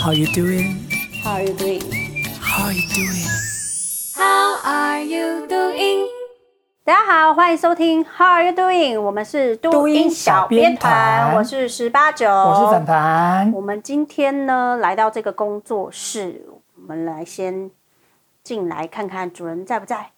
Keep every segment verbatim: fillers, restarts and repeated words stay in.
How you doing? How are you doing? How you doing? How are you doing? 大家好，欢迎收听 How are you doing？ 我们是都音小编团，我是十八九， 我是凡凡。 我们今天呢来到这个工作室，我们来先进来看看主人在不在。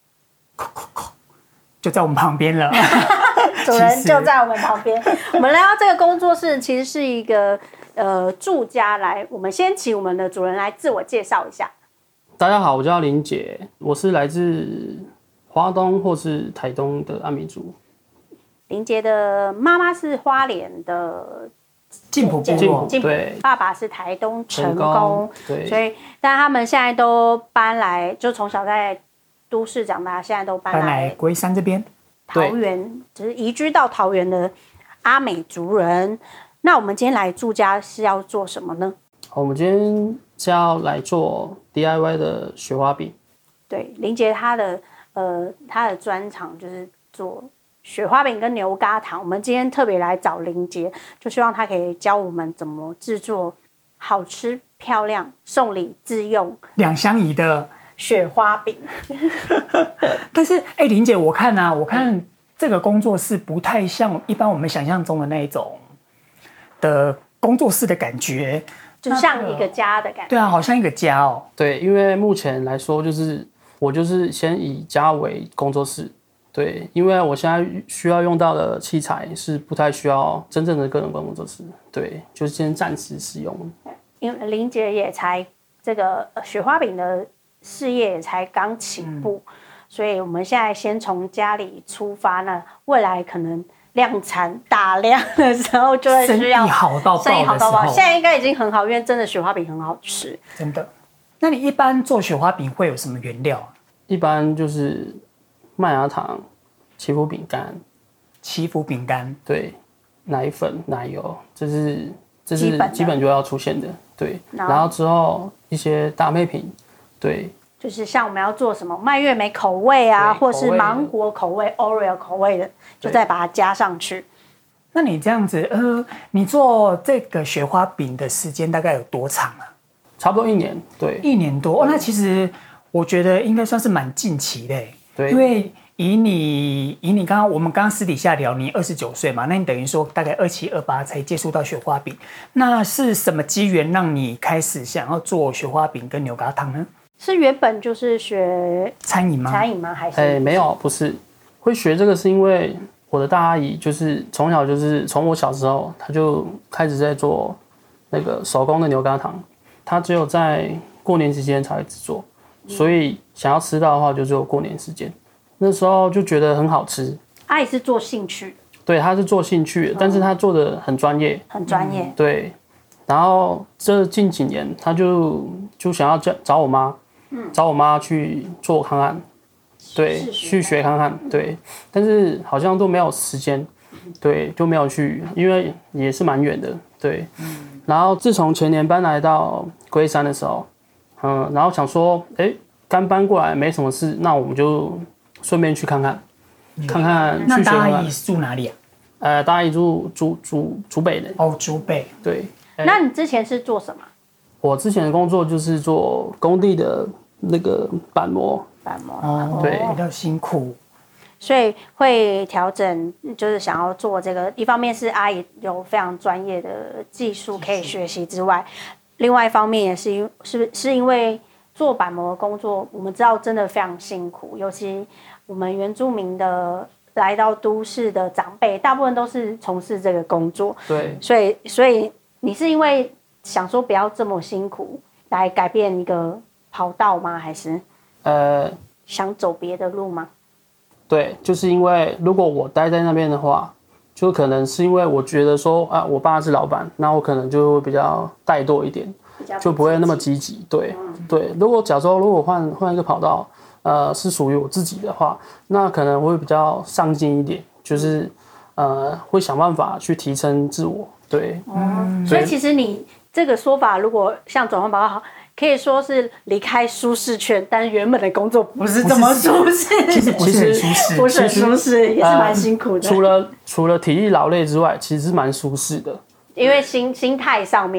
就在我们旁边了， 主人就在我们旁边。我们来到这个工作室，其实是一个呃住家来。我们先请我们的主人来自我介绍一下。 大家好，我叫林姐，我是来自花东或是台东的阿美族。 林杰的妈妈是花莲的进埔部落， 对， 爸爸是台东成功， 对， 所以但他们现在都搬来，就从小在都市长大，现在都搬来搬来龟山这边， 桃园，只是移居到桃园的阿美族人。那我们今天来住家是要做什么呢？ 我们今天是要来做 D I Y 的雪花饼。 对，林杰他的呃他的专长就是做雪花饼跟牛轧糖。我们今天特别来找林杰，就希望他可以教我们怎么制作好吃、漂亮、送礼自用、 两相宜的雪花饼。 但是，哎、欸，林姐，我看啊，我看这个工作室不太像一般我们想象中的那种的工作室的感觉， 就像一个家的感觉。 对啊，好像一个家哦。 对，因为目前来说，就是我就是先以家为工作室。对，因为我现在需要用到的器材是不太需要真正的个人工作室。对，就是先暂时使用。 因为林杰也才这个雪花饼的事业也才刚起步，嗯、所以我们现在先从家里出发呢，未来可能量产大量的时候就会需要生意好到爆的时候，生意好到爆。 现在应该已经很好，因为真的雪花饼很好吃， 真的。那你一般做雪花饼会有什么原料？ 一般就是麦芽糖、祈福饼干、 祈福饼干， 对，奶粉、奶油，这是这是基本就要出现的，对。然后之后一些搭配品，对。 就是像我们要做什么蔓越莓口味啊，或是芒果口味、Oreo 口味的，就再把它加上去。 那你这样子，呃，你做这个雪花饼的时间大概有多长啊？ 差不多一年，对， 一年多。哦，那其实我觉得应该算是蛮近期的， 对， 因为以你以你刚刚我们刚刚私底下聊，你二十九岁嘛，那你等于说大概二七二八才接触到雪花饼，那是什么机缘让你开始想要做雪花饼跟牛轧糖呢？ 是原本就是学餐饮吗？ 餐饮吗？还是？ 哎、欸，没有，不是。会学这个是因为我的大阿姨，就是从小就是从我小时候，她就开始在做那个手工的牛轧糖。她只有在过年期间才会制作，所以想要吃到的话，就只有过年时间。那时候就觉得很好吃。 阿姨是做兴趣， 对，她是做兴趣的，但是她做的很专业， 很专业、嗯。 对，然后这近几年，她就就想要找我妈。嗯、找我妈去做看看，对，去学看看，对，但是好像都没有时间，对，就没有去，因为也是蛮远的，对。嗯、然后自从前年搬来到龟山的时候，嗯，然后想说，哎，刚搬过来没什么事，那我们就顺便去看看，嗯、看看去学看看。 那大阿姨住哪里啊？ 呃，大阿姨住住住竹北的。 哦，竹北。 对。 那你之前是做什么？ 我之前的工作就是做工地的那个板模， 板模， 哦， 对， 比较辛苦， 所以会调整，就是想要做这个。一方面是阿姨有非常专业的技术可以学习之外，另外一方面也是因是是因为做板模的工作，我们知道真的非常辛苦，尤其我们原住民的来到都市的长辈，大部分都是从事这个工作， 对， 所以所以你是因为想说不要这么辛苦，来改变一个跑道吗？还是呃想走别的路吗？ 对，就是因为如果我待在那边的话，就可能是因为我觉得说啊，我爸是老板，那我可能就会比较怠惰一点，就不会那么积极。对、嗯、对，如果假如如果换换一个跑道，呃，是属于我自己的话，那可能会比较上进一点，就是呃会想办法去提升自我。对， 嗯，所以其实你这个说法，如果像转换跑道好，可以说是离开舒适圈，但是原本的工作不是这么舒适， 其实不是很舒适， 不是很舒适，也是蛮辛苦的。 呃、除了除了体力劳累之外，其实是蛮舒适的， 因为心心态上面啊。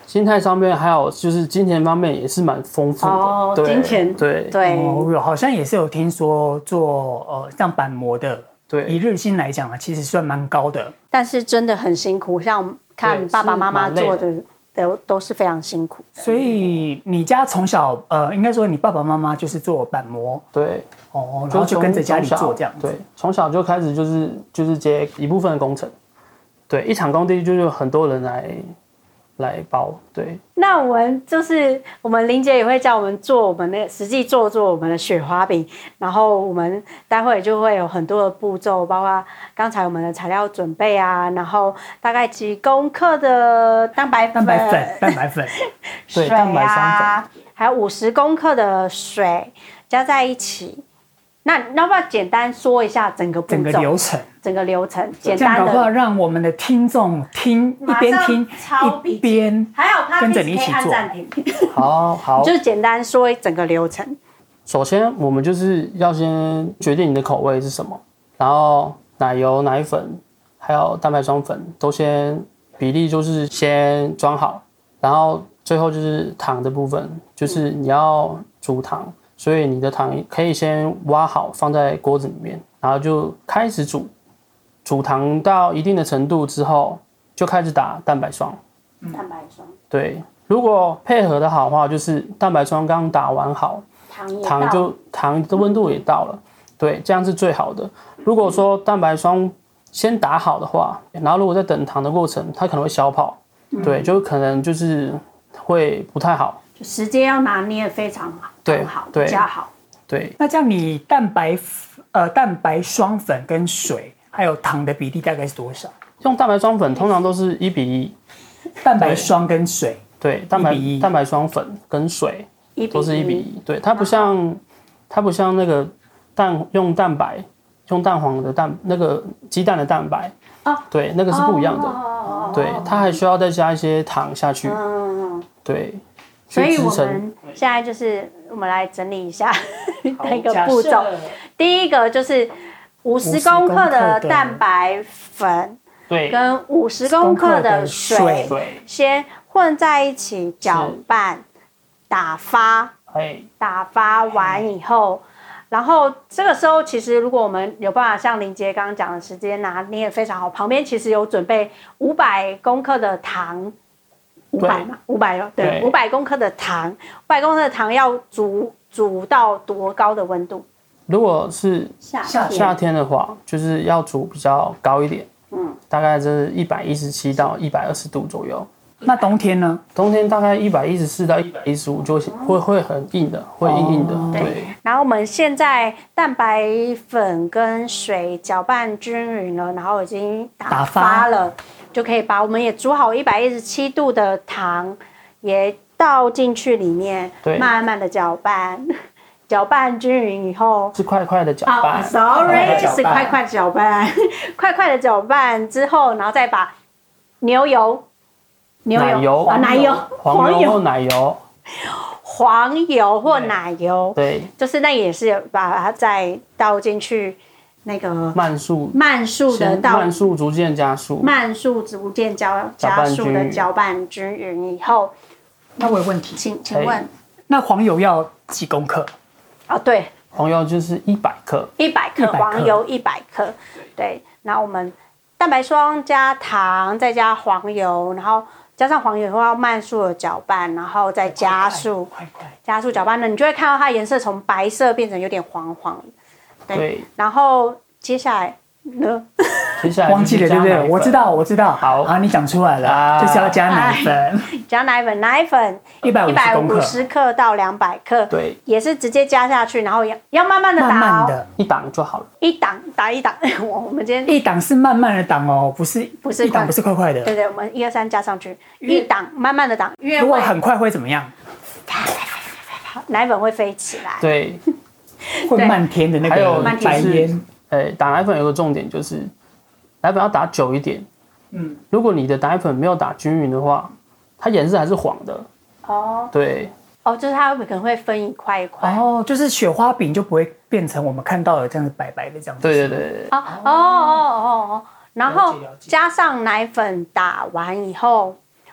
心态上面还有就是金钱方面也是蛮丰富的。 哦， 对金钱对对， 哦，有好像也是有听说做呃像板模的， 对以日薪来讲啊，其实算蛮高的。 但是真的很辛苦，像看爸爸妈妈做的都都是非常辛苦。 所以你家从小呃，应该说你爸爸妈妈就是做板模对， 哦，然后就跟着家里从做这样子。 对，从小就开始就是就是接一部分的工程。对，一场工地就有很多人来来包。对， 那我们就是我们林姐也会叫我们做我们的实际做做我们的雪花饼，然后我们待会就会有很多的步骤，包括刚才我们的材料准备啊，然后大概几公克的蛋白粉、 蛋白粉、蛋白粉， 水对蛋白霜啊，还有五十公克的水加在一起。那要不要简单说一下整个步骤、 整个流程？ 整个流程，简这样单搞不好的， 让我们的听众听一边听一边还有他跟着你一起做。 暂停， 好好， 就是简单说整个流程。 首先我们就是要先决定你的口味是什么，然后奶油、奶粉还有蛋白霜粉都先比例就是先装好，然后最后就是糖的部分，就是你要煮糖。所以你的糖可以先挖好放在锅子里面，然后就开始煮，煮糖到一定的程度之后，就开始打蛋白霜。 蛋白霜， 对，如果配合的好的话，就是蛋白霜刚打完好， 糖也糖就糖的温度也到了，对，这样是最好的。如果说蛋白霜先打好的话，然后如果在等糖的过程，它可能会消泡，对，就可能就是会不太好。 时间要拿捏的非常好， 对好， 对比较好。 对， 那这样你蛋白呃蛋白霜粉跟水还有糖的比例大概是多少？ 用蛋白霜粉通常都是一比一， 蛋白霜跟水， 对，蛋白一比一蛋白霜粉跟水一比都是一比一，对，它不像它不像那个蛋用蛋白用蛋黄的蛋那个鸡蛋的蛋白， 哦对，那个是不一样的， 哦对，它还需要再加一些糖下去， 嗯， 对， 所以我去支撑们现在就是我们来整理一下那个步骤。第一个就是五十公克的蛋白粉对， 跟五十公克的水， 对， 先混在一起搅拌、打发。 哎， 打发完以后，然后这个时候其实如果我们有办法像林杰刚刚讲的时间拿捏的非常好，旁边其实有准备五百公克的糖，五百嘛，五百哦，对，五百公克的糖，五百公克的糖要煮煮到多高的温度？ 如果是夏夏天的话，就是要煮比较高一点，嗯，大概是一百一十七到一百二十度左右。 那冬天呢？ 冬天大概一百一十四到一百一十五就会会很硬的，会硬硬的。 哦、 对。 然后我们现在蛋白粉跟水搅拌均匀了，然后已经打发了，就可以把我们也煮好一百一十七度的糖也倒进去里面，慢慢的搅拌。搅拌均匀以后， 是快快的搅拌。 Oh, sorry， 是快快搅拌，快快的搅拌之后，然后再把牛油。牛油、 奶油、 啊、奶油、 黄油或奶油、 黄油或奶油， 对， 就是那也是把它再倒进去，那个慢速、 慢速的倒， 慢速逐渐加速， 慢速逐渐加加速的搅拌均匀以后， 那我有问题， 请请问， 那黄油要几公克？ 哦，对， 黄油就是一百克， 一百克黄油一百克，对，然后我们蛋白霜加糖，再加黄油，然后。加上黄油以后要慢速的搅拌，然后再加速， 快快加速搅拌呢，你就会看到它颜色从白色变成有点黄黄的。 对。 然后接下来呢？ 接下来忘记了对不对？我知道，我知道。 好啊，你讲出来了，啊、就是要加奶粉。 加奶粉，奶粉一百五十克到两百克， 对， 也是直接加下去，然后要要慢慢的打、哦， 慢慢的， 一档就好了。 一档打一档，我们今天一档是慢慢的档哦，不是不是一档不是快快的。 对对，我们一二三加上去，一档慢慢的档， 如果很快会怎么样？ 奶粉会飞起来， 对， 会漫天的那个白烟。 呃，打奶粉有个重点就是，奶粉要打久一点。嗯，如果你的奶粉没有打均匀的话，它颜色还是黄的。 哦， 对。 哦，就是它可能会分一块一块。 哦，就是雪花饼就不会变成我们看到的这样子白白的这样子。 对对对对。 哦哦哦哦哦，然后加上奶粉打完以后，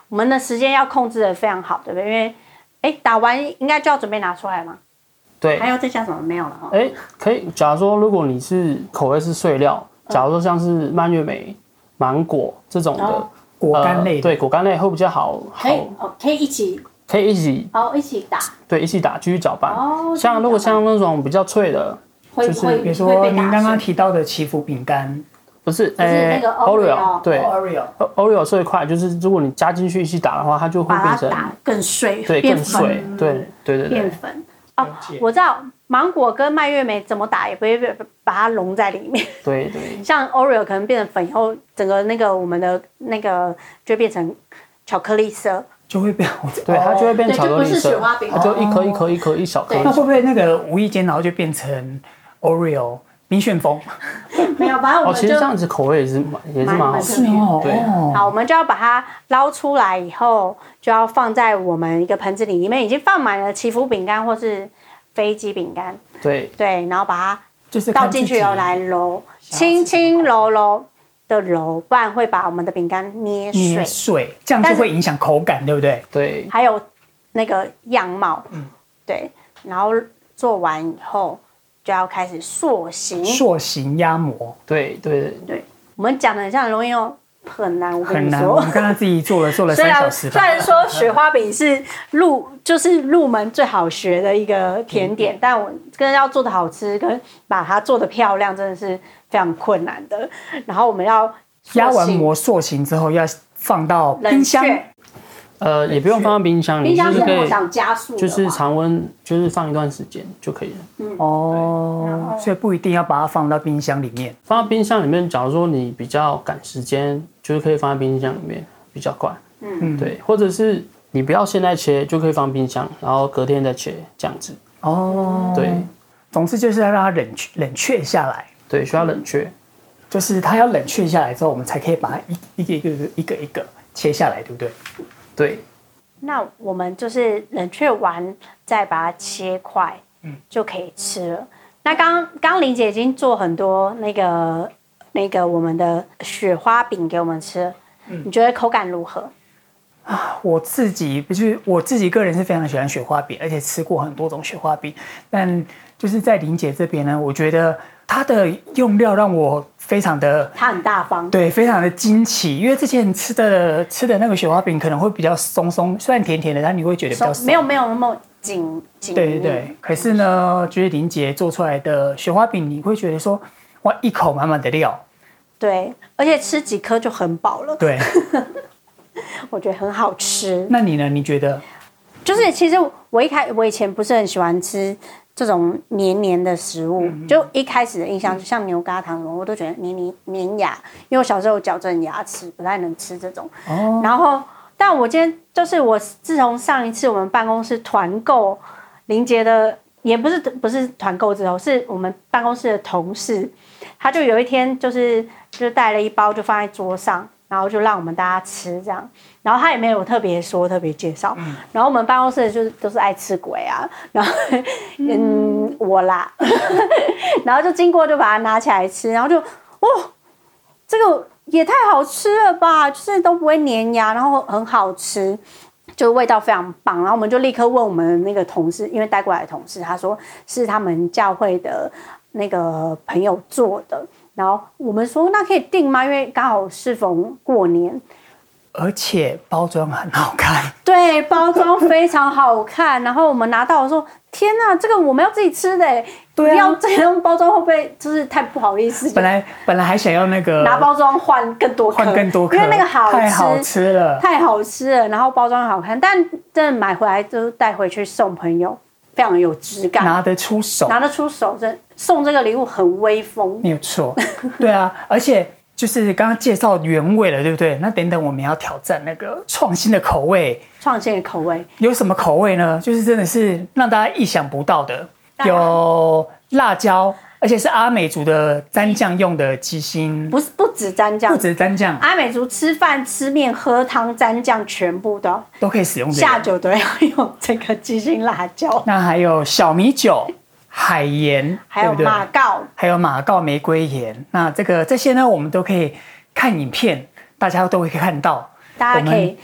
我们的时间要控制的非常好，对不对？因为哎，打完应该就要准备拿出来嘛。 对。 还要再加什么？没有了哈。 哎，可以。假如说如果你是口味是碎料，假如说像是蔓越莓、芒果这种的。哦果干类、 呃，对果干类会比较好， 可以哦，可以一起， 可以一起， 哦，一起打， 对，一起打，继续搅拌。 哦， 像如果像那种比较脆的， 就是比如说您刚刚提到的祈福饼干， 不是， 呃那个 Oreo， 对 ，Oreo，Oreo 碎块，就是如果你加进去一起打的话，它就会变成更碎， 对，更碎，对对对对， 变粉。哦，我知道芒果跟蔓越莓怎么打也不会把它融在里面。 对对。 像 Oreo 可能变成粉以后，整个那个我们的那个就变成巧克力色， 就会变， 对，它就会变巧克力色， 就不是雪花饼， 它就一颗一颗一颗一小颗。 那会不会那个无意间然后就变成 Oreo 冰旋风？ 没有，反正我们就、哦、其实这样子口味也是也是蛮好吃的。对， 好，我们就要把它捞出来以后，就要放在我们一个盆子里，里面已经放满了祈福饼干或是飞机饼干。 对对，然后把它就是倒进去以后来揉，轻轻揉揉的揉，不然会把我们的饼干捏碎。 捏碎，这样就会影响口感，对不对？ 对。 还有那个样貌，嗯，对。然后做完以后，就要开始塑形。 塑形压模。 对对对对，我们讲的很像很容易哦。很难，我跟你说， 很难。我们刚刚自己做了做了三小时吧。 虽然说雪花饼是入就是入门最好学的一个甜点，嗯、但我跟要做的好吃，跟把它做的漂亮，真的是非常困难的。然后我们要压完模塑形之后，要放到冰箱。 呃，也不用放到冰箱里， 冰箱就是可以想加速， 就是常温，就是放一段时间就可以了。 嗯、 哦，所以不一定要把它放到冰箱里面。 放到冰箱里面，假如说你比较赶时间，就是可以放在冰箱里面比较快。嗯，对，或者是你不要现在切，就可以放冰箱，然后隔天再切这样子。 哦， 对， 总之就是要让它冷冷却下来。 对，需要冷却， 就是它要冷却下来之后，我们才可以把它一一个一个一个一个切下来，对不对？ 对， 那我们就是冷却完再把它切块，嗯，就可以吃了。那刚刚林姐已经做很多那个那个我们的雪花饼给我们吃，嗯，你觉得口感如何？ 啊，我自己不是我自己个人是非常喜欢雪花饼，而且吃过很多种雪花饼，但就是在林姐这边呢，我觉得它的用料让我非常的， 它很大方， 对，非常的惊奇。因为之前吃的吃的那个雪花饼可能会比较松松，虽然甜甜的，但你会觉得比较松， 没有没有那么紧紧。 对对对。可是呢，就是林姐做出来的雪花饼，你会觉得说，哇，一口满满的料。 对，而且吃几颗就很饱了。 对， 我觉得很好吃。 那你呢？你觉得？ 就是其实我一开我以前不是很喜欢吃这种黏黏的食物，嗯、就一开始的印象，就像牛轧糖我都觉得黏黏黏牙，因为我小时候有矫正牙齿，不太能吃这种。哦。然后，但我今天就是我自从上一次我们办公室团购林杰的，也不是不是团购之后，是我们办公室的同事，他就有一天就是就带了一包，就放在桌上。然后就让我们大家吃这样，然后他也没有特别说特别介绍，嗯、然后我们办公室就是都是爱吃鬼啊，然后嗯, 嗯我啦，然后就经过就把它拿起来吃，然后就哇，这个也太好吃了吧，就是都不会粘牙，然后很好吃，就味道非常棒，然后我们就立刻问我们那个同事，因为带过来的同事，他说是他们教会的那个朋友做的。然后我们说那可以订吗？因为刚好适逢过年， 而且包装很好看。 对，包装非常好看。然后我们拿到的时候，天哪，这个我们要自己吃的哎！对啊，要这样包装会不会就是太不好意思？ 本来本来还想要那个拿包装换更多颗， 换更多颗， 因为那个好吃， 太好吃了， 太好吃了。然后包装好看，但真的买回来就带回去送朋友。非常有质感， 拿得出手， 拿得出手，这送这个礼物很威风， 没有错。对啊，而且就是刚刚介绍原味了，对不对？那等等我们要挑战那个创新的口味， 创新的口味有什么口味呢？就是真的是让大家意想不到的，有辣椒。而且是阿美族的蘸酱用的鸡心， 不是不止蘸酱， 不止蘸酱， 阿美族吃饭、吃面、喝汤蘸酱全部都都可以使用这个， 下酒都要用这个鸡心辣椒。 那还有小米酒、海盐， 还有马告， 还有马告玫瑰盐。那这个这些呢，我们都可以看影片，大家都会看到。 大家可以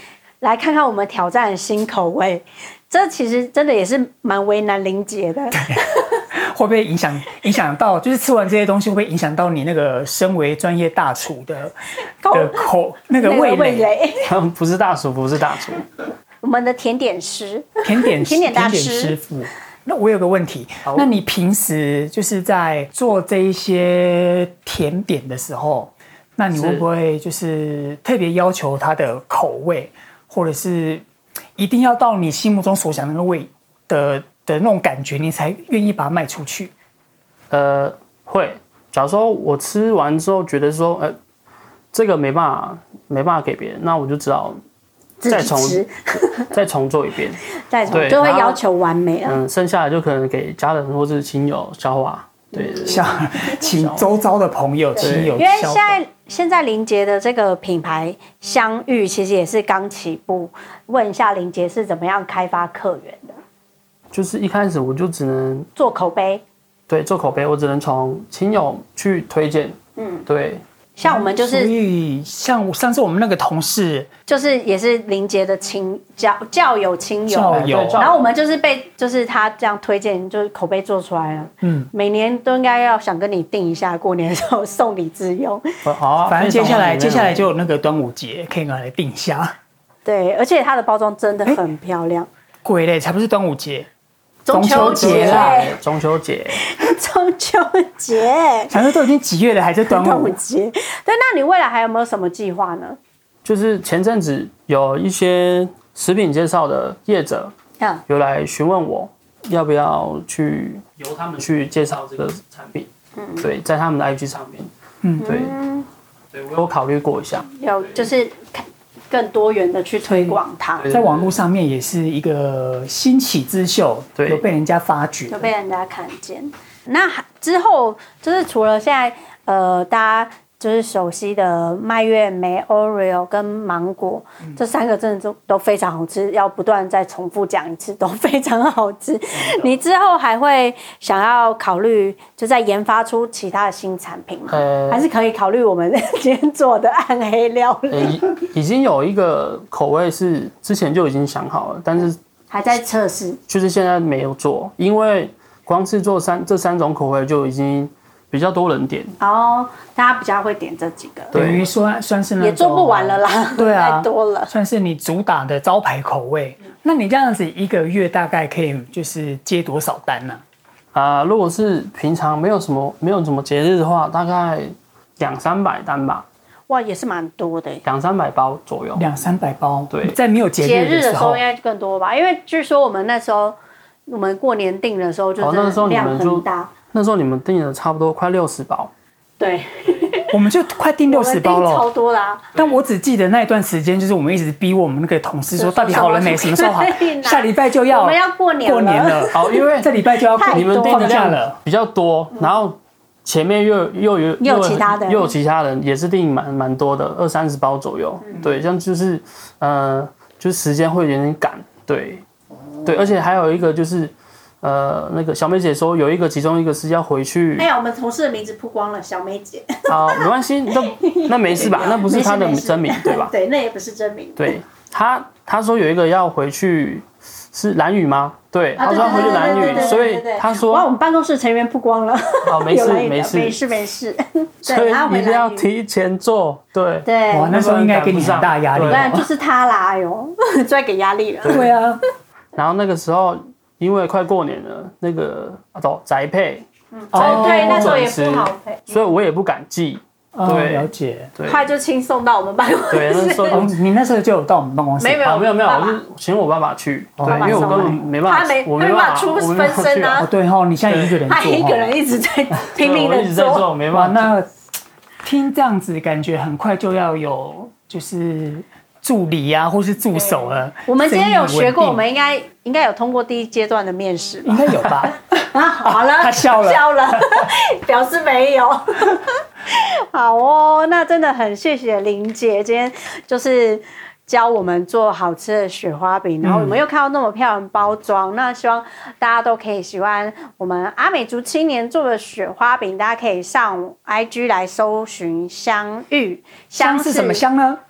来看看我们挑战的新口味。这其实真的也是蛮为难林杰的。 会不会影响影响到？就是吃完这些东西，会不会影响到你那个身为专业大厨的的口那个味蕾？ 不是大厨，不是大厨， 我们的甜点师， 甜点甜点大师师傅。那我有个问题，那你平时就是在做这一些甜点的时候，那你会不会就是特别要求它的口味，或者是一定要到你心目中所想的那个味的的那种感觉，你才愿意把它卖出去？ 呃，会。假如说我吃完之后觉得说，呃，这个没办法没办法给别人，那我就只好再重再重做一遍， 再重就会要求完美了。 嗯，剩下的就可能给家人或是亲友消化。对， 像请周遭的朋友、亲友。 因为现在现在林杰的这个品牌香芋其实也是刚起步，问一下林杰是怎么样开发客源的？ 就是一开始我就只能做口碑， 对，做口碑，我只能从亲友去推荐。嗯，对。 像我们就是， 所以像上次我们那个同事， 就是也是林杰的亲教教友亲友， 教友， 然后我们就是被就是他这样推荐，就是口碑做出来了。嗯，每年都应该要想跟你订一下，过年的时候送礼自用。 好啊， 反正接下来接下来就有那个端午节，可以拿来订一下。 对，而且它的包装真的很漂亮。 鬼嘞，才不是端午节。 中秋节啦，中秋节， 中秋节， 想说都已经几月了，还是端午节？对，那你未来还有没有什么计划呢？ 就是前阵子有一些食品介绍的业者，嗯，有来询问我要不要去由他们去介绍这个产品，嗯，对，在他们的 I G 上面，嗯，对，对我有考虑过一下， 有就是更多元的去推广它， 在网络上面也是一个新起之秀，对，有被人家发掘， 有被人家看见。那之后就是除了现在呃大家就是熟悉的蔓越莓、Oreo 跟芒果、嗯、这三个真的都都非常好吃，要不断再重复讲一次，都非常好吃。嗯、你之后还会想要考虑就在研发出其他的新产品吗？呃、还是可以考虑我们今天做的暗黑料理？ 呃、已经有一个口味是之前就已经想好了，但是还在测试， 就是现在没有做，因为光是做三这三种口味就已经比较多人点哦，大家比较会点这几个， 等于说算是那种也做不完了啦， 对啊， 太多了， 算是你主打的招牌口味。嗯、那你这样子一个月大概可以就是接多少单呢？ 啊、呃，如果是平常没有什么没有什么节日的话，大概两三百单吧。 哇，也是蛮多的， 两三百包左右。 两三百包， 对， 在没有节日的时候， 时候应该更多吧？因为据说我们那时候，我们过年订的时候就真的量很大。哦、 那时候你们订了差不多快六十包。 对， 我们就快订六十包了， 超多啦、啊。 但我只记得那一段时间，就是我们一直逼我们那个同事说，到底好了没？什么时候好？下礼拜就要， 我们要过年过年了。 好，因为这礼拜就要你们订的量了比较多，然后。前面又又有又有其他的， 又有其他人也是订蛮蛮多的，二三十包左右。嗯、对，这样就是呃，就是时间会有点赶。对，嗯、对，而且还有一个就是呃，那个小梅姐说有一个，其中一个是要回去。 哎呀，我们同事的名字曝光了，小梅姐。 好，没关系，那那没事吧？那不是她的真名对吧？ 对，那也不是真名。 对，她她说有一个要回去。是兰屿吗？对，他说要回去兰屿，所以他说哇，我们办公室成员曝光了。 好，没事没事没事没事。 所以一定要提前做，对对。 哇，那时候应该给你很大压力。 对，就是他啦，哎呦，在给压力了。 对啊。 然后那个时候因为快过年了，那个啊走宅配， 哦对，那时候也不好配， 所以我也不敢寄。 对，了解。 快就轻送到我们办公室。 对，那时候你那时候就有到我们办公室。 没有没有没有，我是请我爸爸去。对，因为我根本没办法， 他没我没办法出分身啊。 对哈，你现在一个人做， 他一个人一直在拼命的做， 没办法。 那听这样子，感觉很快就要有就是助理啊，或是助手了。 我们今天有学过，我们应该应该有通过第一阶段的面试， 应该有吧？ 啊，好了， 他笑了， 笑了，表示没有。好哦，那真的很谢谢林姐，今天就是教我们做好吃的雪花饼，然后我们又看到那么漂亮包装，嗯、那希望大家都可以喜欢我们阿美族青年做的雪花饼，大家可以上 I G 来搜寻香芋， 香是什么香呢？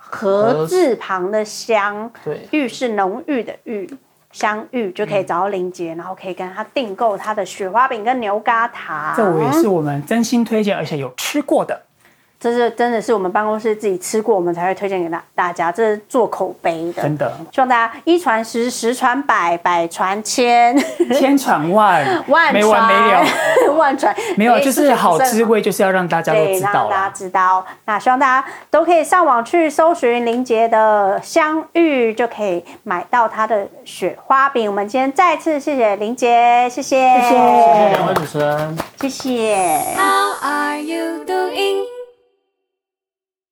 禾字旁的香， 对， 郁是浓郁的郁，香郁就可以找到林杰，然后可以跟他订购他的雪花饼跟牛轧糖。 这我也是我们真心推荐，而且有吃过的。 这是真的是我们办公室自己吃过，我们才会推荐给大大家，这是做口碑的。 真的， 希望大家一传十，十传百，百传千， 千传万， 万传没完没了， 万传没有，就是好滋味，就是要让大家都对， 知道让大家啦。 知道。那希望大家都可以上网去搜寻林杰的香芋，就可以买到他的雪花饼。我们今天再次谢谢林杰，谢谢， 谢谢谢谢两位主持人， 谢谢。 How are you doing?